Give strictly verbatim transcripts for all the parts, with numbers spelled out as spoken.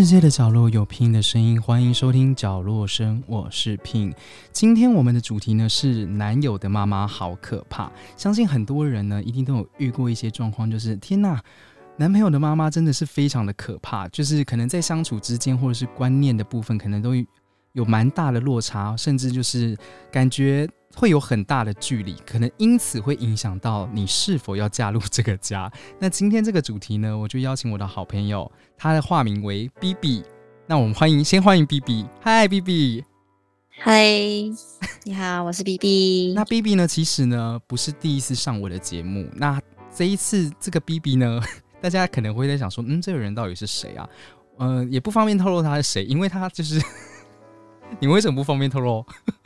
界的角落有 Pin 的声音，欢迎收听角落声，我是 Pin。今天我们的主题呢是男友的妈妈好可怕。相信很多人呢一定都有遇过一些状况，就是天哪，男朋友的妈妈真的是非常的可怕，就是可能在相处之间或者是观念的部分，可能都有蛮大的落差，甚至就是感觉会有很大的距离，可能因此会影响到你是否要嫁入这个家。那今天这个主题呢，我就邀请我的好朋友，他的化名为 B B。那我们欢迎，先欢迎 B B。嗨 ，B B。 嗨，你好，我是 B B。 那 B B 呢，其实呢不是第一次上我的节目。那这一次这个 B B 呢，大家可能会在想说，嗯，这个人到底是谁啊？呃，也不方便透露他是谁，因为他就是。你为什么不方便透露？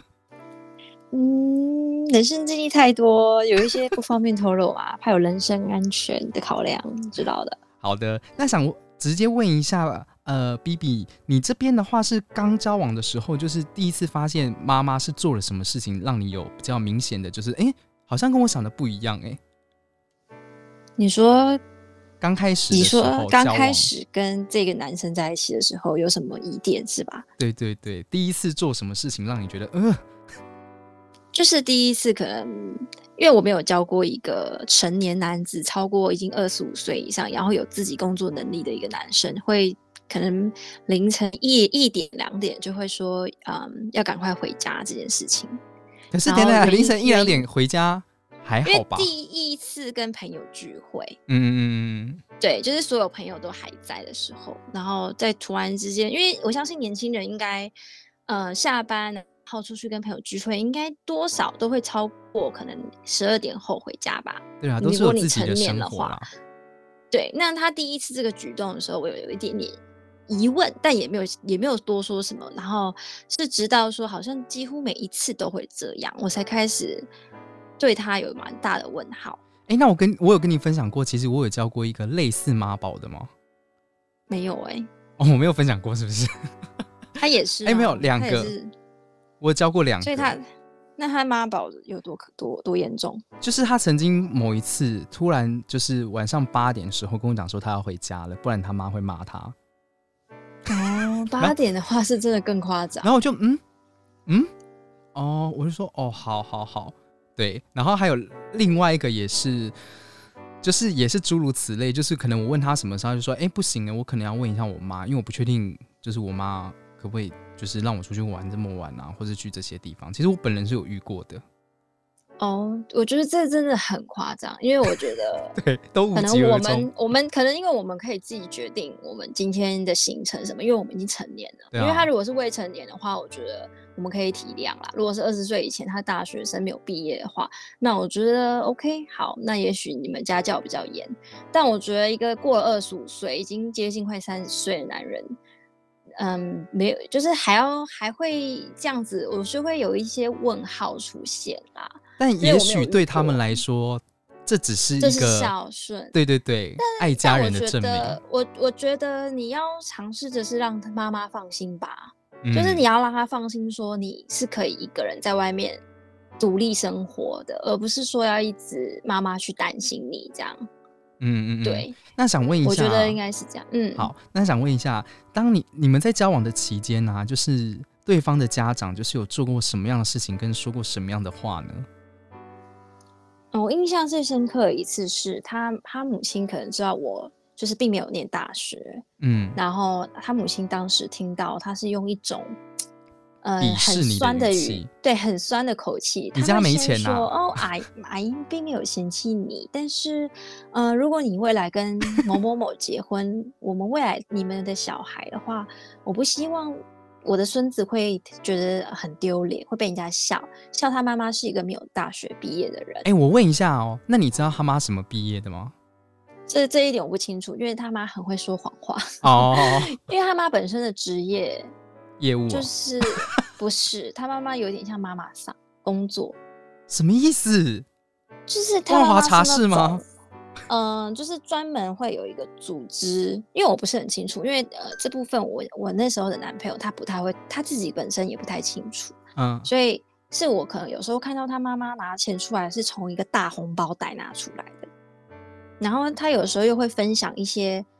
嗯，人生经历太多，有一些不方便透露啊，怕有人身安全的考量，知道的。 好的，那想直接问一下，呃 ，B B， 你这边的话是刚交往的时候，就是第一次发现妈妈是做了什么事情，让你有比较明显的，就是哎，好像跟我想的不一样哎。 你说刚开始的时候， 你说刚开始跟这个男生在一起的时候有什么疑点是吧？ 对对对，第一次做什么事情让你觉得呃， 就是第一次可能因为我没有交过一个成年男子，超过已经二十五岁以上，然后有自己工作能力的一个男生，会可能凌晨一一点两点就会说，嗯，要赶快回家这件事情。 可是等等，凌晨一两点回家。还好吧， 因为第一次跟朋友聚会， 嗯嗯嗯， 对，就是所有朋友都还在的时候，然后在突然之间，因为我相信年轻人应该，呃，下班然后出去跟朋友聚会，应该多少都会超过可能十二点后回家吧。 对啊，都是有自己的生活啦。 对，那他第一次这个举动的时候，我有有一点点疑问，但也没有也没有多说什么，然后是直到说好像几乎每一次都会这样，我才开始。对他有蛮大的问号。 哎，那我跟我有跟你分享过，其实我有交过一个类似妈宝的吗？ 没有哎、欸， 哦，我没有分享过，是不是？ 他也是、啊， 哎，没有两个，我有交过两个。 所以他那他妈宝有多多多严重？ 就是他曾经某一次突然就是晚上八点的时候跟我讲说他要回家了，不然他妈会骂他。 哦，八点的话是真的更夸张。 然后我就嗯嗯哦，我就说哦，好好好。对，然后还有另外一个也是，就是也是诸如此类，就是可能我问他什么时候，他就说，哎，不行啊，我可能要问一下我妈，因为我不确定，就是我妈可不可以，就是让我出去玩这么晚啊，或是去这些地方。其实我本人是有遇过的。 哦，我觉得这真的很夸张，因为我觉得对，都无疾而终。 可能我们我们可能因为我们可以自己决定我们今天的行程什么，因为我们已经成年了。啊、因为他如果是未成年的话，我觉得我们可以体谅啦。如果是二十岁以前他大学生没有毕业的话，那我觉得 OK 好，那也许你们家教比较严。但我觉得一个过了二十五岁，已经接近快三十岁的男人。嗯，没有，就是还要还会这样子，我是会有一些问号出现啦。 但也许对他们来说，这只是一个这是孝顺， 对对对，爱家人的证明。 我我觉得你要尝试着是让妈妈放心吧，嗯、就是你要让她放心，说你是可以一个人在外面独立生活的，而不是说要一直妈妈去担心你这样。 嗯嗯嗯， 对。 那想问一下， 我觉得应该是这样。嗯， 好，那想问一下，当你你们在交往的期间啊，就是对方的家长就是有做过什么样的事情，跟说过什么样的话呢？ 我印象最深刻的一次是他他母亲可能知道我就是并没有念大学，嗯，然后他母亲当时听到他是用一种呃很酸的语，对，很酸的口气， 你家没钱呐、啊？说哦，阿阿姨并没有嫌弃你，但是呃，如果你未来跟某某某结婚，我们未来你们的小孩的话，我不希望。我的孙子会觉得很丢脸，会被人家笑，笑他妈妈是一个没有大学毕业的人。 哎、欸，我问一下哦，那你知道他妈什么毕业的吗？ 这这一点我不清楚，因为他妈很会说谎话。 哦， 因为他妈本身的职业业务、哦、 就是不是他妈妈有点像妈妈桑工作， 什么意思？ 就是他妈妈万华茶室吗？ 嗯、呃，就是专门会有一个组织，因为我不是很清楚，因为呃这部分我我那时候的男朋友他不太会，他自己本身也不太清楚，嗯，所以是我可能有时候看到他妈妈拿钱出来是从一个大红包袋拿出来的，然后他有时候又会分享一些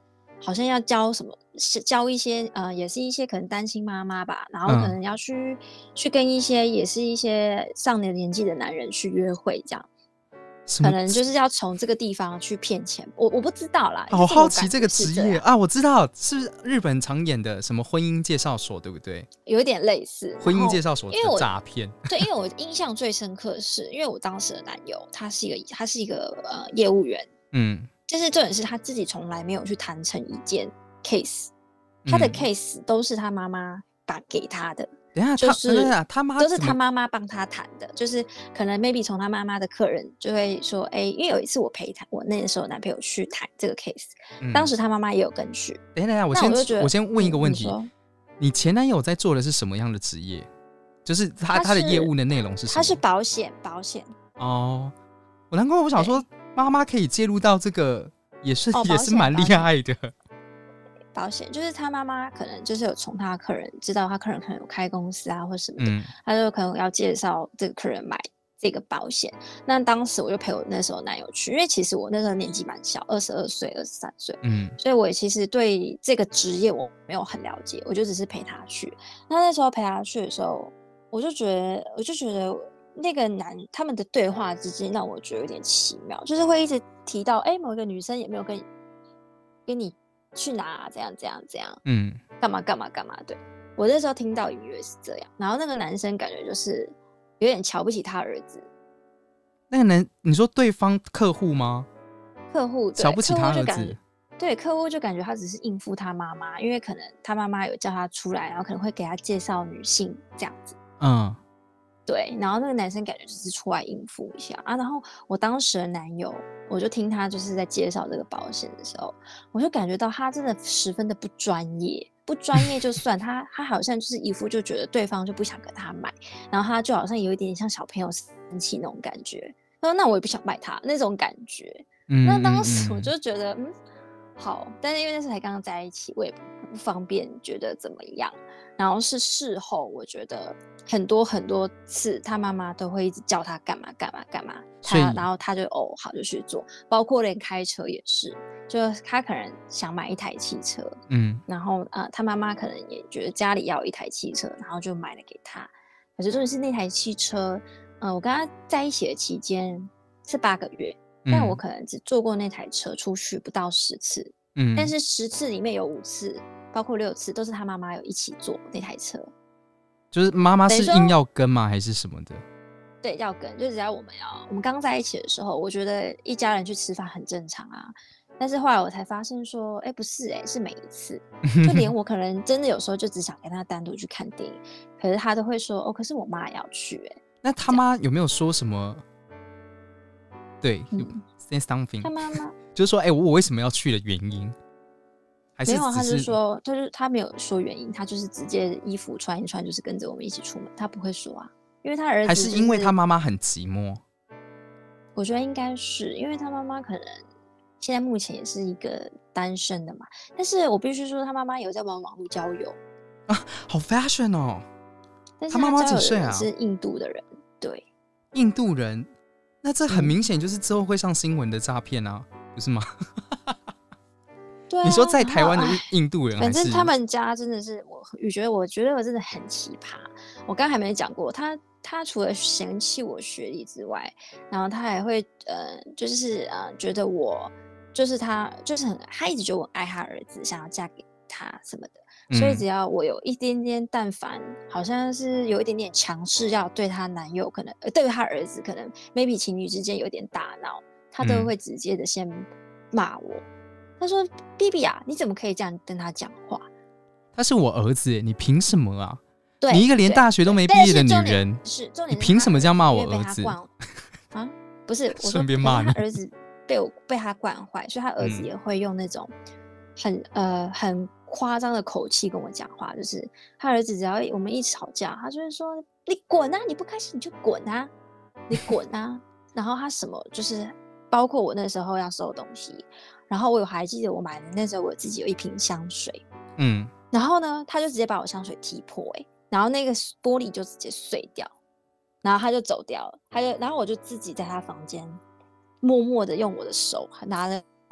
好像要教什么，教一些呃，也是一些可能单亲妈妈吧，然后可能要去、嗯、去跟一些也是一些上了年纪的男人去约会，这样。可能就是要从这个地方去骗钱，我我不知道啦。 好好奇这个职业啊！我知道是日本常演的什么婚姻介绍所，对不对？ 有一点类似婚姻介绍所的诈骗。 对，因为我印象最深刻的是，因为我当时的男友他是一个他是一个呃业务员，嗯，就是重点是他自己从来没有去谈成一件 case， 他的 case 都是他妈妈把给他的。 等一下，就是他妈都是他妈妈帮他谈的，就是可能 maybe 从他妈妈的客人就会说，哎、欸，因为有一次我陪他，我那个时候男朋友去谈这个 case，、嗯、当时他妈妈也有跟去。 等一下，我先我, 我先问一个问题、嗯你，你前男友在做的是什么样的职业？就是他他的业务的内容是什么？ 他是保险，保险。 哦，我难怪我想说，妈妈可以介入到这个，也是、哦、也是蛮厉害的。 保险就是他妈妈可能就是有从他的客人知道他客人可能有开公司啊或什么的、嗯、他就可能要介绍这个客人买这个保险。那当时我就陪我那时候男友去，因为其实我那时候年纪蛮小，二十二岁二十三岁，嗯，所以我其实对这个职业我没有很了解，我就只是陪他去。那那时候陪他去的时候，我就觉得我就觉得那个男他们的对话之间让我觉得有点奇妙，就是会一直提到哎、欸，某一个女生也没有跟你跟你去哪这样这样这样，嗯，干嘛干嘛干嘛。对，我那时候听到隐约是这样，然后那个男生感觉就是有点瞧不起他儿子。 那个男，你说对方客户吗？ 客户瞧不起他儿子。 对，客户就感觉他只是应付他妈妈，因为可能他妈妈有叫他出来，然后可能会给他介绍女性这样子。嗯，对，然后那个男生感觉就是出来应付一下啊。然后我当时的男友，我就听他就是在介绍这个保险的时候，我就感觉到他真的十分的不专业。不专业就算，他他好像就是一副就觉得对方就不想跟他买，然后他就好像有一点点像小朋友生气那种感觉。他说：“那我也不想卖他那种感觉。嗯”那当时我就觉得，嗯，好，但是因为那时候才刚刚在一起，我也 不, 不方便觉得怎么样。然后是事后，我觉得很多很多次，他妈妈都会一直叫他干嘛干嘛干嘛，他然后他就哦好就去做，包括连开车也是。就他可能想买一台汽车，嗯，然后呃，他妈妈可能也觉得家里要有一台汽车，然后就买了给他。可是重点是那台汽车，呃，我跟他在一起的期间是八个月，嗯，但我可能只坐过那台车出去不到十次，嗯，但是十次里面有五次，包括六次都是他妈妈有一起坐那台车。 就是妈妈是硬要跟吗，还是什么的？ 对，要跟，就只要我们要我们刚在一起的时候，我觉得一家人去吃饭很正常啊。但是后来我才发现说，哎、欸，不是、欸，哎，是每一次，就连我可能真的有时候就只想跟他单独去看电影，可是他都会说，哦，可是我妈也要去、欸，哎。 那他妈有没有说什么？对、嗯、，say something。 他妈妈就是说，哎、欸，我为什么要去的原因？还是没有，他就说，他就他没有说原因，他就是直接衣服穿一穿，就是跟着我们一起出门，他不会说啊，因为他儿子、就是、 还是因为他妈妈很寂寞。 我觉得应该是因为他妈妈可能。现在目前也是一个单身的嘛，但是我必须说，他妈妈有在玩网络交友啊，好 fashion 哦。 但是他妈妈几岁啊？是印度的人，对， 印度人，那这很明显就是之后会上新闻的诈骗啊，嗯、不是吗？ 对、啊， 你说在台湾的印度人， 反正他们家真的是我，我觉得我觉得我真的很奇葩。我刚才还没讲过他。他除了嫌弃我学历之外，然后他还会呃，就是呃，觉得我就是他，就是很，他一直觉得我爱他儿子，想要嫁给他什么的。嗯、所以只要我有一点点，但凡好像是有一点点强势，要对他男友可能，呃，对他儿子可能 maybe 情侣之间有点打闹，他都会直接的先骂我。嗯、他说 ：“B B 啊，你怎么可以这样跟他讲话？ 他是我儿子，你凭什么啊？”你一个连大学都没毕业的女人， 是重点， 你凭什么这样骂我儿子啊？不是，我说顺便骂你， 他儿子被我被他惯坏，所以他儿子也会用那种很、嗯、呃很夸张的口气跟我讲话。就是他儿子只要我们一吵架，他就会说：“你滚啊！你不开心你就滚啊！你滚啊！”然后他什么就是包括我那时候要收东西，然后我还记得我买的那时候我自己有一瓶香水，嗯，然后呢，他就直接把我香水踢破、欸，然后那个玻璃就直接碎掉，然后他就走掉了，他就，然后我就自己在他房间默默的用我的手拿了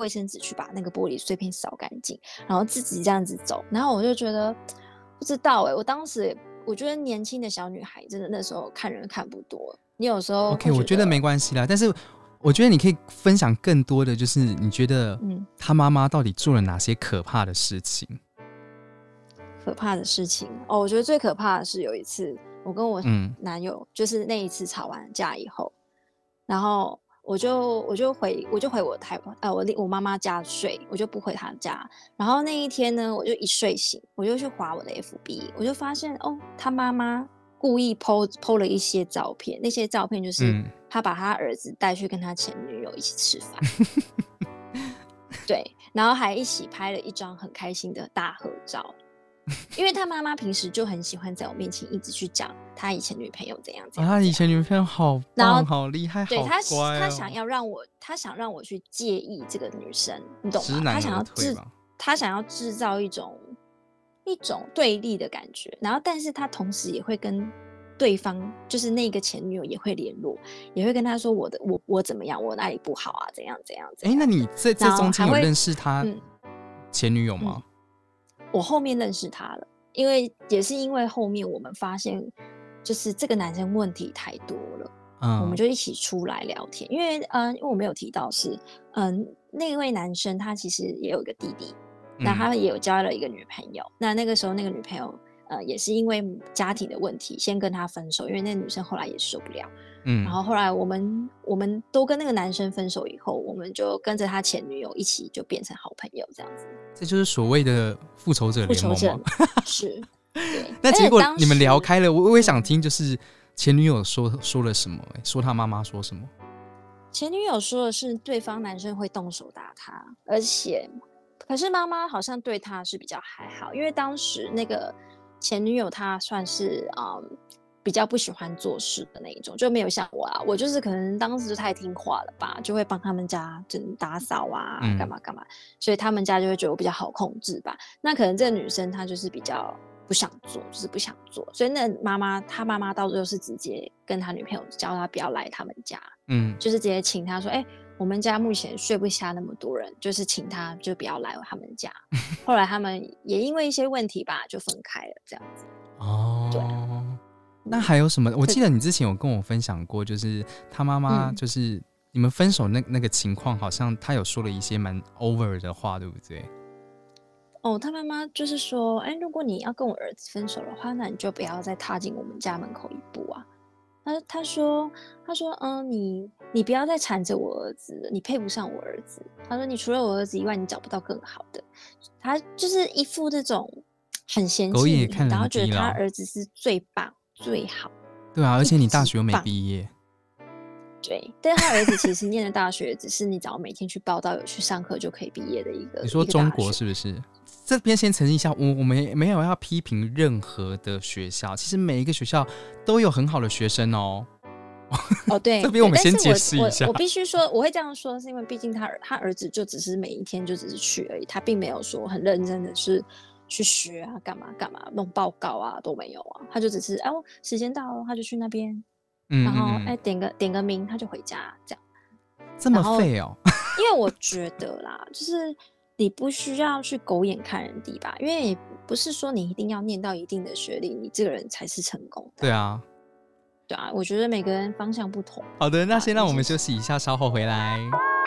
卫生纸去把那个玻璃碎片扫干净，然后自己这样子走。然后我就觉得不知道哎、欸，我当时我觉得年轻的小女孩真的那时候看人看不多，你有时候 OK， 我觉得没关系啦，但是我觉得你可以分享更多的，就是你觉得他妈妈到底做了哪些可怕的事情？ 可怕的事情哦，我觉得最可怕的是有一次，我跟我男友、嗯、就是那一次吵完架以后，然后我就我就回我就回我台呃我我妈妈家睡，我就不回她家。然后那一天呢，我就一睡醒，我就去滑我的 F B， 我就发现哦，他妈妈故意 po po 了一些照片，那些照片就是他把他儿子带去跟他前女友一起吃饭，对，然后还一起拍了一张很开心的大合照。因为他妈妈平时就很喜欢在我面前一直去讲他以前女朋友怎样怎样、啊、 他以前女朋友好棒好厉害对好乖、哦、 他, 他想要让我他想让我去介意这个女生，你懂吗？他想要制他想要制造一种一种对立的感觉，然后但是他同时也会跟对方就是那个前女友也会联络，也会跟他说我的我我怎么样，我哪里不好啊，怎样怎样怎样。 哎，那你这这中间有认识他前女友吗？嗯嗯我后面认识他了，因为也是因为后面我们发现，就是这个男生问题太多了，嗯，我们就一起出来聊天。因为，嗯、呃，因为我没有提到是，嗯、呃，那位男生他其实也有一个弟弟，那他也有交了一个女朋友。嗯、那那个时候那个女朋友，呃，也是因为家庭的问题先跟他分手，因为那个女生后来也受不了。嗯，然后后来我们我们都跟那个男生分手以后，我们就跟着他前女友一起就变成好朋友这样子。 这就是所谓的复仇者联盟吗？ 是，对。 那结果你们聊开了，我我也想听，就是前女友说说了什么、欸？说他妈妈说什么？ 前女友说的是对方男生会动手打他，而且可是妈妈好像对他是比较还好，因为当时那个前女友她算是嗯。比较不喜欢做事的那一种，就没有像我啊，我就是可能当时就太听话了吧，就会帮他们家打扫啊，干嘛干嘛，所以他们家就会觉得我比较好控制吧。那可能这个女生她就是比较不想做，就是不想做，所以那妈妈她妈妈到最后是直接跟她女朋友叫她不要来他们家，嗯，就是直接请她说，哎、欸，我们家目前睡不下那么多人，就是请她就不要来他们家。后来他们也因为一些问题吧，就分开了，这样子。哦，对。 那还有什么？我记得你之前有跟我分享过，就是他妈妈，就是你们分手那那个情况，好像他有说了一些蛮 over 的话，对不对？ 哦，他妈妈就是说，哎，如果你要跟我儿子分手的话，那你就不要再踏进我们家门口一步啊。他他说他说，嗯，你你不要再缠着我儿子，你配不上我儿子。他说你除了我儿子以外，你找不到更好的。他就是一副这种很嫌弃你，然后觉得他儿子是最棒。最好， 对啊，而且你大学又没毕业， 对，但是他儿子其实念的大学只是你只要每天去报到有去上课就可以毕业的一个。 你说中国是不是？这边先澄清一下，我我们没有要批评任何的学校，其实每一个学校都有很好的学生哦。 哦，对， 这边我们先解释一下。 我, 我, 我必须说，我会这样说，是因为毕竟他他儿子就只是每一天就只是去而已，他并没有说很认真的是。去学啊，干嘛干嘛，弄报告啊都没有啊，他就只是哦，时间到了他就去那边，嗯嗯嗯然后哎点个点个名他就回家这样， 这么废哦？ 因为我觉得啦，就是你不需要去狗眼看人低吧，因为不是说你一定要念到一定的学历，你这个人才是成功的。 对啊， 对啊，我觉得每个人方向不同。 好的，那先让我们休息一下，稍后回来。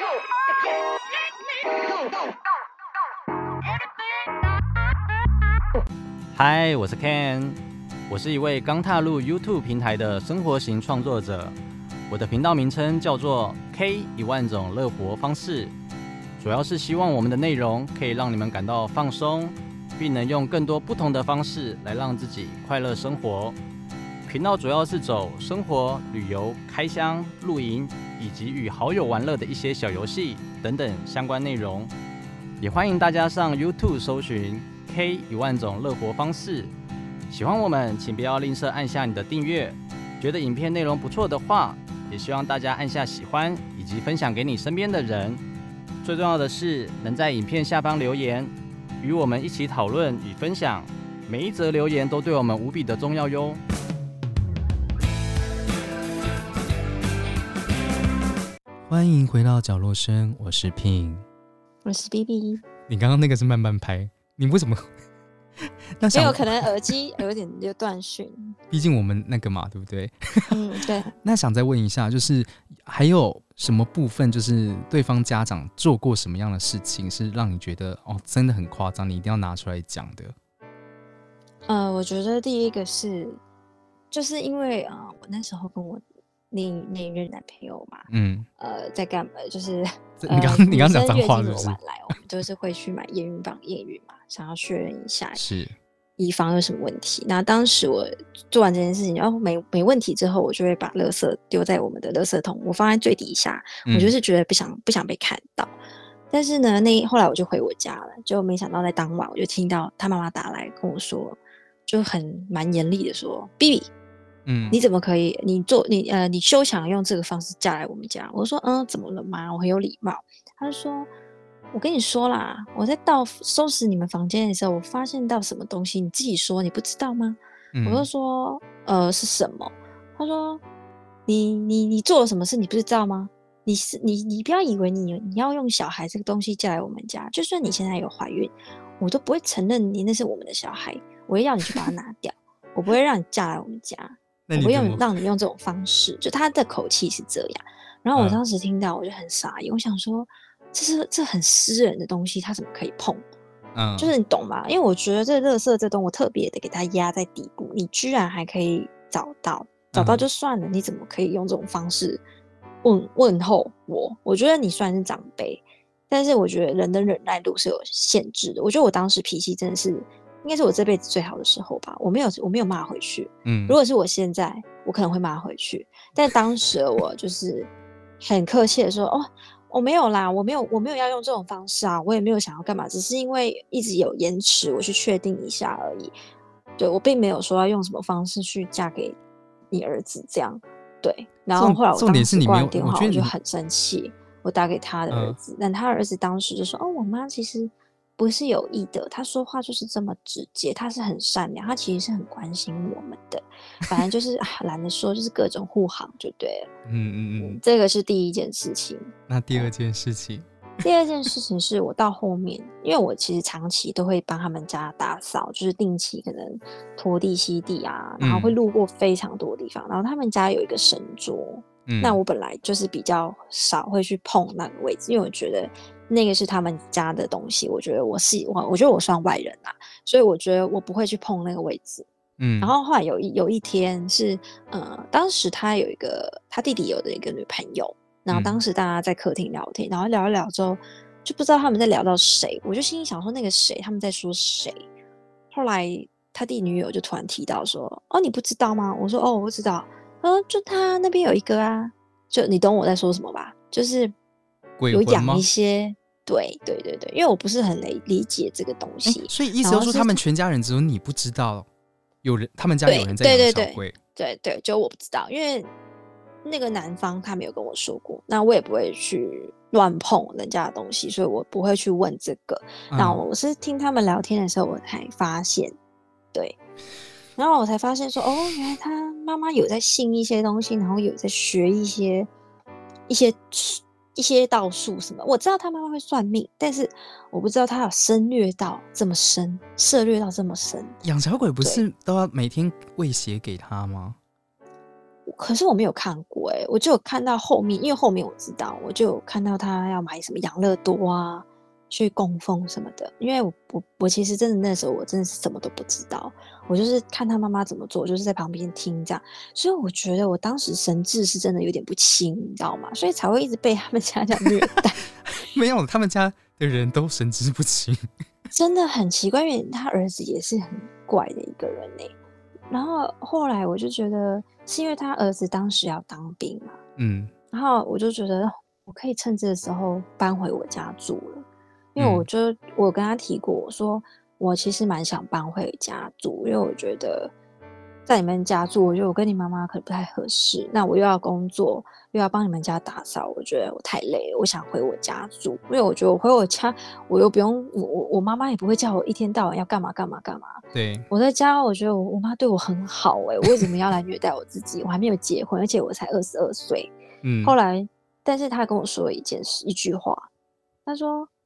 嗨，我是 Ken， 我是一位刚踏入 YouTube 平台的生活型创作者。我的频道名称叫做 K 一万种乐活方式，主要是希望我们的内容可以让你们感到放松，并能用更多不同的方式来让自己快乐生活。频道主要是走生活、旅游、开箱、露营以及与好友玩乐的一些小游戏等等相关内容。也欢迎大家上 YouTube 搜寻K 一万种乐活方式。喜欢我们，请不要吝啬按下你的订阅。觉得影片内容不错的话，也希望大家按下喜欢，以及分享给你身边的人。最重要的是，能在影片下方留言，与我们一起讨论与分享。每一则留言都对我们无比的重要哟。 欢迎回到角落生，我是 Pin。 我是 B B。 你刚刚那个是慢慢拍，你为什么？ 那没有可能耳机有点就断讯， 毕竟我们那个嘛，对不对？ 嗯，对。 那想再问一下，就是还有什么部分，就是对方家长做过什么样的事情，是让你觉得哦，真的很夸张，你一定要拿出来讲的？ 呃，我觉得第一个是，就是因为啊、呃，我那时候跟我那那一任男朋友嘛，嗯，呃，在干嘛？就是你刚、呃、你刚讲脏话是不是？ 晚来，我们就是会去买验孕棒验孕嘛，想要确认一下， 是以防有什么问题。那当时我做完这件事情，然后没没问题之后，我就会把垃圾丢在我们的垃圾桶，我放在最底下，嗯、我就是觉得不想不想被看到。但是呢，那后来我就回我家了，就没想到在当晚我就听到他妈妈打来跟我说。就很蛮严厉的说 ，B B， 嗯，你怎么可以？你做你呃，你休想用这个方式嫁来我们家。我说，嗯，怎么了妈？我很有礼貌。他就说，我跟你说啦，我在到收拾你们房间的时候，我发现到什么东西，你自己说，你不知道吗？嗯、我就说，呃，是什么？他说，你你你做了什么事，你不知道吗？你是你你不要以为你你要用小孩这个东西嫁来我们家，就算你现在有怀孕，我都不会承认你那是我们的小孩。我会要你去把它拿掉，我不会让你嫁来我们家，我不会用让你用这种方式，就他的口气是这样。然后我当时听到我就很傻眼，我想说这是这很私人的东西，他怎么可以碰？嗯，就是你懂吗？因为我觉得这垃圾这东西我特别的给它压在底部，你居然还可以找到，找到就算了，嗯、你怎么可以用这种方式问问候我？我觉得你算是长辈，但是我觉得人的忍耐度是有限制的。我觉得我当时脾气真的是。应该是我这辈子最好的时候吧，我没有我没有骂回去。嗯，如果是我现在，我可能会骂回去。但当时我就是很客气的说：“哦，我没有啦，我没有我没有要用这种方式啊，我也没有想要干嘛，只是因为一直有延迟，我去确定一下而已。对我并没有说要用什么方式去嫁给你儿子这样。对，然后后来我当时挂完电话，我就很生气，我打给他的儿子，嗯、但他的儿子当时就说：哦，我妈其实。”不是有意的，他说话就是这么直接，他是很善良，他其实是很关心我们的，反正就是懒得说，就是各种护航就对了。嗯嗯嗯，这个是第一件事情。 那第二件事情， 第二件事情是我到后面，因为我其实长期都会帮他们家打扫，就是定期可能拖地、吸地啊，然后会路过非常多地方，嗯、然后他们家有一个神桌。嗯、那我本来就是比较少会去碰那个位置，因为我觉得那个是他们家的东西，我觉得我是我，我觉得我算外人啦，所以我觉得我不会去碰那个位置。嗯，然后后来有一有一天是，呃，当时他有一个他弟弟有的一个女朋友，然后当时大家在客厅聊天，然后聊一聊之后就不知道他们在聊到谁，我就心里想说那个谁他们在说谁，后来他弟女友就突然提到说，哦，你不知道吗？我说哦，我不知道。嗯，就他那边有一个啊，就你懂我在说什么吧？就是有养一些，对对对对，因为我不是很理理解这个东西，欸、 所以意思就是说他们全家人只有你不知道，有人他们家有人在养小龟， 对 对, 对, 对，就我不知道，因为那个男方他没有跟我说过，那我也不会去乱碰人家的东西，所以我不会去问这个。嗯、然后我是听他们聊天的时候，我才发现，对。然后我才发现说，哦，原来他妈妈有在信一些东西，然后有在学一些一些一些道术什么。我知道他妈妈会算命，但是我不知道他有深略到这么深，涉略到这么深。 养小鬼不是都要每天喂血给他吗？ 可是我没有看过哎、欸，我就有看到后面，因为后面我知道，我就有看到他要买什么养乐多啊。去供奉什么的，因为我我我其实真的那时候我真的是什么都不知道，我就是看他妈妈怎么做，我就是在旁边听这样，所以我觉得我当时神智是真的有点不清，你知道吗？所以才会一直被他们家这样虐待。 没有，他们家的人都神志不清， 真的很奇怪，因为他儿子也是很怪的一个人哎、欸。然后后来我就觉得是因为他儿子当时要当兵嘛，嗯，然后我就觉得我可以趁这个时候搬回我家住了。因为我就我跟他提过，我说我其实蛮想搬回家住，因为我觉得在你们家住，我觉得我跟你妈妈可能不太合适。那我又要工作，又要帮你们家打扫，我觉得我太累了，我想回我家住。因为我觉得我回我家，我又不用我我我妈妈也不会叫我一天到晚要干嘛干嘛干嘛。 对， 我在家，我觉得我我妈对我很好哎、欸，我为什么要来虐待我自己？我还没有结婚，而且我才二十二岁。嗯，后来，但是他跟我说了一件事，一句话，他说。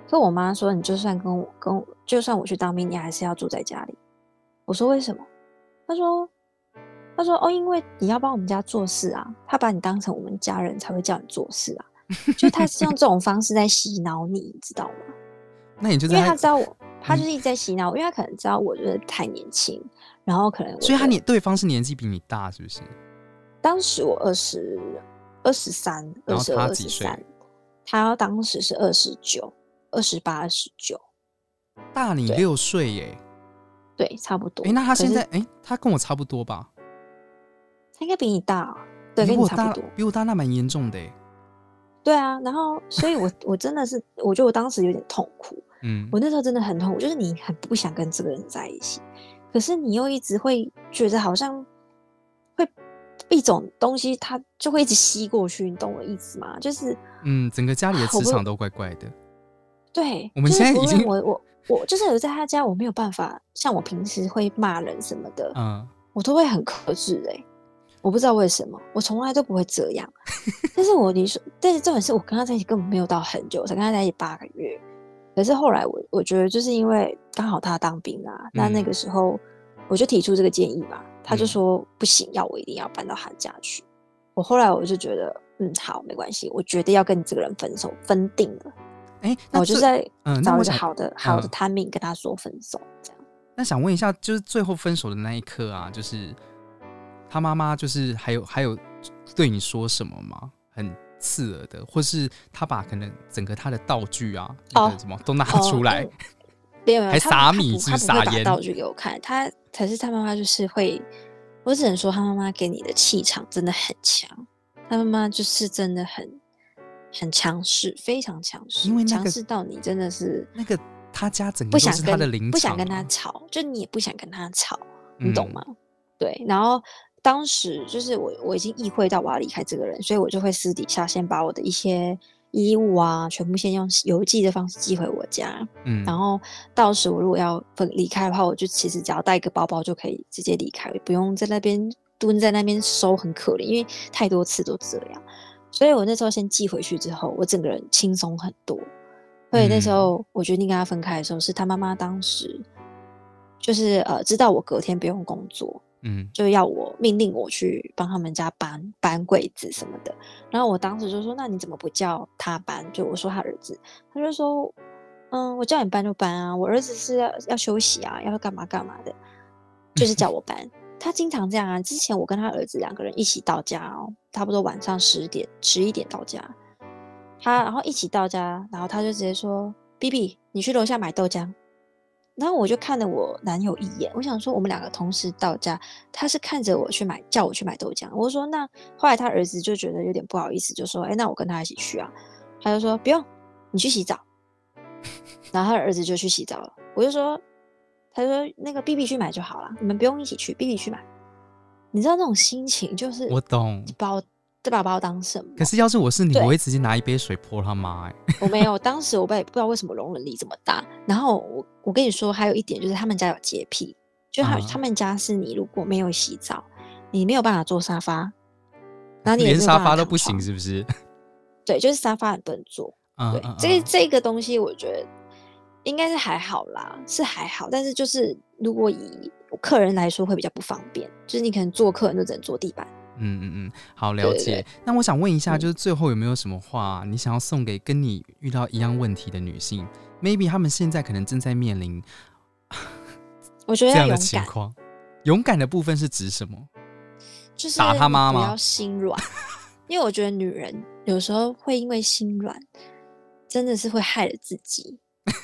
可我妈说，你就算跟我跟我，就算我去当兵，你还是要住在家里。我说为什么？她说，她说哦，因为你要帮我们家做事啊，她把你当成我们家人才会叫你做事啊。就她是用这种方式在洗脑你，你知道吗？ 那你就在因为她知道我，她就是一直在洗脑、嗯，因为她可能知道我就是太年轻，然后可能我所以她年对方是年纪比你大，是不是？ 当时我二十二十三，二十二、二十三，他当时是二十九、二十八、二十九， 大你六岁耶。 对，差不多。 哎、欸，那他现在哎、欸，他跟我差不多吧？ 他应该比你大、啊，对， 比我大， 跟你差不多， 比我大，那蛮严重的哎。 对啊，然后所以我我真的是，我觉得我当时有点痛苦，嗯，我那时候真的很痛苦，就是你很不想跟这个人在一起，可是你又一直会觉得好像会一种东西，它就会一直吸过去，你懂我意思吗？就是嗯，整个家里的磁场都怪怪的。 对， 我们现在已经， 就是、我我我就是有在他家，我没有办法像我平时会骂人什么的，嗯，我都会很克制哎、欸，我不知道为什么，我从来都不会这样。但是我你说，但是重点是我跟他在一起根本没有到很久，我才跟他在一起八个月。可是后来我我觉得就是因为刚好他当兵啊，嗯、那那个时候我就提出这个建议嘛，他就说不行，要我一定要搬到他家去。我后来我就觉得，嗯，好，没关系，我决定要跟你这个人分手，分定了。哎、欸，那我就在找一个好的、嗯、好的 timing 跟他说分手，这样。 那想问一下，就是最后分手的那一刻啊，就是他妈妈就是还有还有对你说什么吗？很刺耳的，或是他把可能整个他的道具啊，哦，什么都拿出来，哦、 没有没有， 还撒米是撒盐， 道具给我看。他可是他妈妈就是会，我只能说他妈妈给你的气场真的很强，他妈妈就是真的很。很强势，非常强势， 因为强势到你真的是那个他家整个都是他的灵场、啊、 不想跟他吵，就你也不想跟他吵，你懂吗？嗯、对。然后当时就是我我已经意会到我要离开这个人，所以我就会私底下先把我的一些衣物啊，全部先用邮寄的方式寄回我家。嗯。然后到时我如果要分离开的话，我就其实只要带一个包包就可以直接离开，不用在那边蹲在那边收，很可怜，因为太多次都这样。所以我那时候先寄回去之后，我整个人轻松很多。所以那时候我决定跟他分开的时候，是他妈妈当时就是呃知道我隔天不用工作，嗯，就要我命令我去帮他们家搬搬柜子什么的。然后我当时就说：“那你怎么不叫他搬？”就我说他儿子，他就说：“嗯，我叫你搬就搬啊，我儿子是要要休息啊，要干嘛干嘛的，就是叫我搬。”他经常这样啊！之前我跟他儿子两个人一起到家哦，差不多晚上十点、十一点到家。他然后一起到家，然后他就直接说 ：“B B， 你去楼下买豆浆。”然后我就看了我男友一眼，我想说我们两个同时到家，他是看着我去买，叫我去买豆浆。我说那后来他儿子就觉得有点不好意思，就说：“哎，那我跟他一起去啊。”他就说：“不用，你去洗澡。”然后他的儿子就去洗澡了。我就说。他说：“那个 B B 去买就好了，你们不用一起去 ，B B 去买。”你知道那种心情，就是我懂， 把我这把把我当什么？ 可是要是我是你，我会直接拿一杯水泼他妈、欸。 我没有，当时我不不知道为什么容忍力这么大。然后我我跟你说，还有一点就是他们家有洁癖，就他、啊、他们家是你如果没有洗澡，你没有办法坐沙发，然后你也连沙发都不行，是不是？ 对，就是沙发很不能坐。啊、对，啊、这这个东西我觉得。应该是还好啦，是还好，但是就是如果以客人来说会比较不方便，就是你可能做客人就只能坐地板。 嗯嗯嗯，好了解。對對對，那我想问一下，就是最后有没有什么话、嗯、你想要送给跟你遇到一样问题的女性 ？Maybe 她们现在可能正在面临， 我觉得这样的情况。勇敢的部分是指什么？ 就是打她妈吗？ 不要心软，因为我觉得女人有时候会因为心软，真的是会害了自己。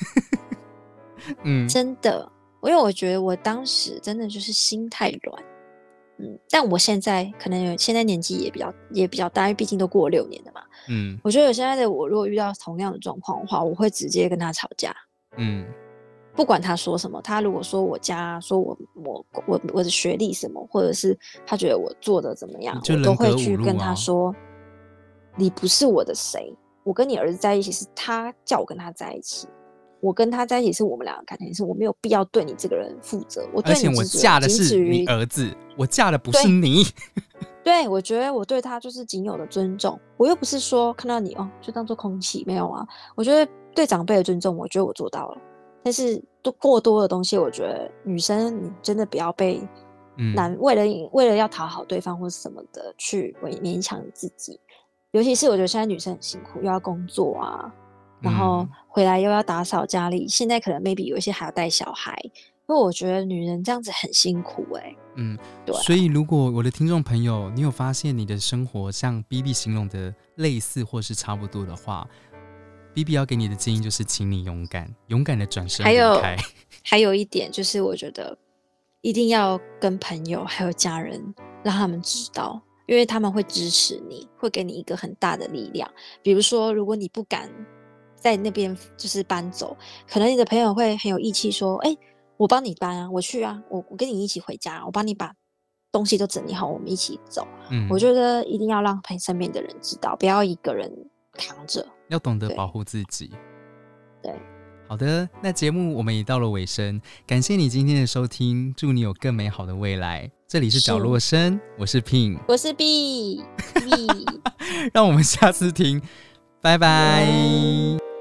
嗯，真的，因为我觉得我当时真的就是心太软，嗯，但我现在可能有现在年纪也比较也比较大，因为毕竟都过了六年了嘛，嗯，我觉得我现在的我如果遇到同样的状况的话，我会直接跟他吵架，嗯，不管他说什么，他如果说我家说我我我我的学历什么，或者是他觉得我做的怎么样， 就人格侮辱啊， 我都会去跟他说，你不是我的谁，我跟你儿子在一起是他叫我跟他在一起。我跟他在一起是我们两个感情，是我没有必要对你这个人负责。我对你， 而且我嫁的是你儿子，我嫁的不是你。 对，对我觉得我对他就是仅有的尊重。我又不是说看到你哦就当做空气，没有啊。我觉得对长辈的尊重，我觉得我做到了。但是过多的东西，我觉得女生你真的不要被难、嗯、为了为了要讨好对方或什么的去勉强自己。尤其是我觉得现在女生很辛苦，又要工作啊，然后回来又要打扫家里，现在可能 maybe 有一些还要带小孩，因为我觉得女人这样子很辛苦哎、欸。 嗯，对、啊。所以如果我的听众朋友，你有发现你的生活像 B B 形容的类似或是差不多的话， B B 要给你的建议就是请你勇敢勇敢的转身离开。 还有一点就是我觉得一定要跟朋友还有家人让他们知道，因为他们会支持你，会给你一个很大的力量。比如说如果你不敢在那边就是搬走，可能你的朋友会很有义气说，哎、欸，我帮你搬啊，我去啊，我我跟你一起回家，我帮你把东西都整理好，我们一起走、嗯、我觉得一定要让身边的人知道，不要一个人扛着， 要懂得保护自己。 对， 好的，那节目我们也到了尾声，感谢你今天的收听，祝你有更美好的未来。这里是角落生，我是 Pin， 我是 B， 让我们下次听，拜拜。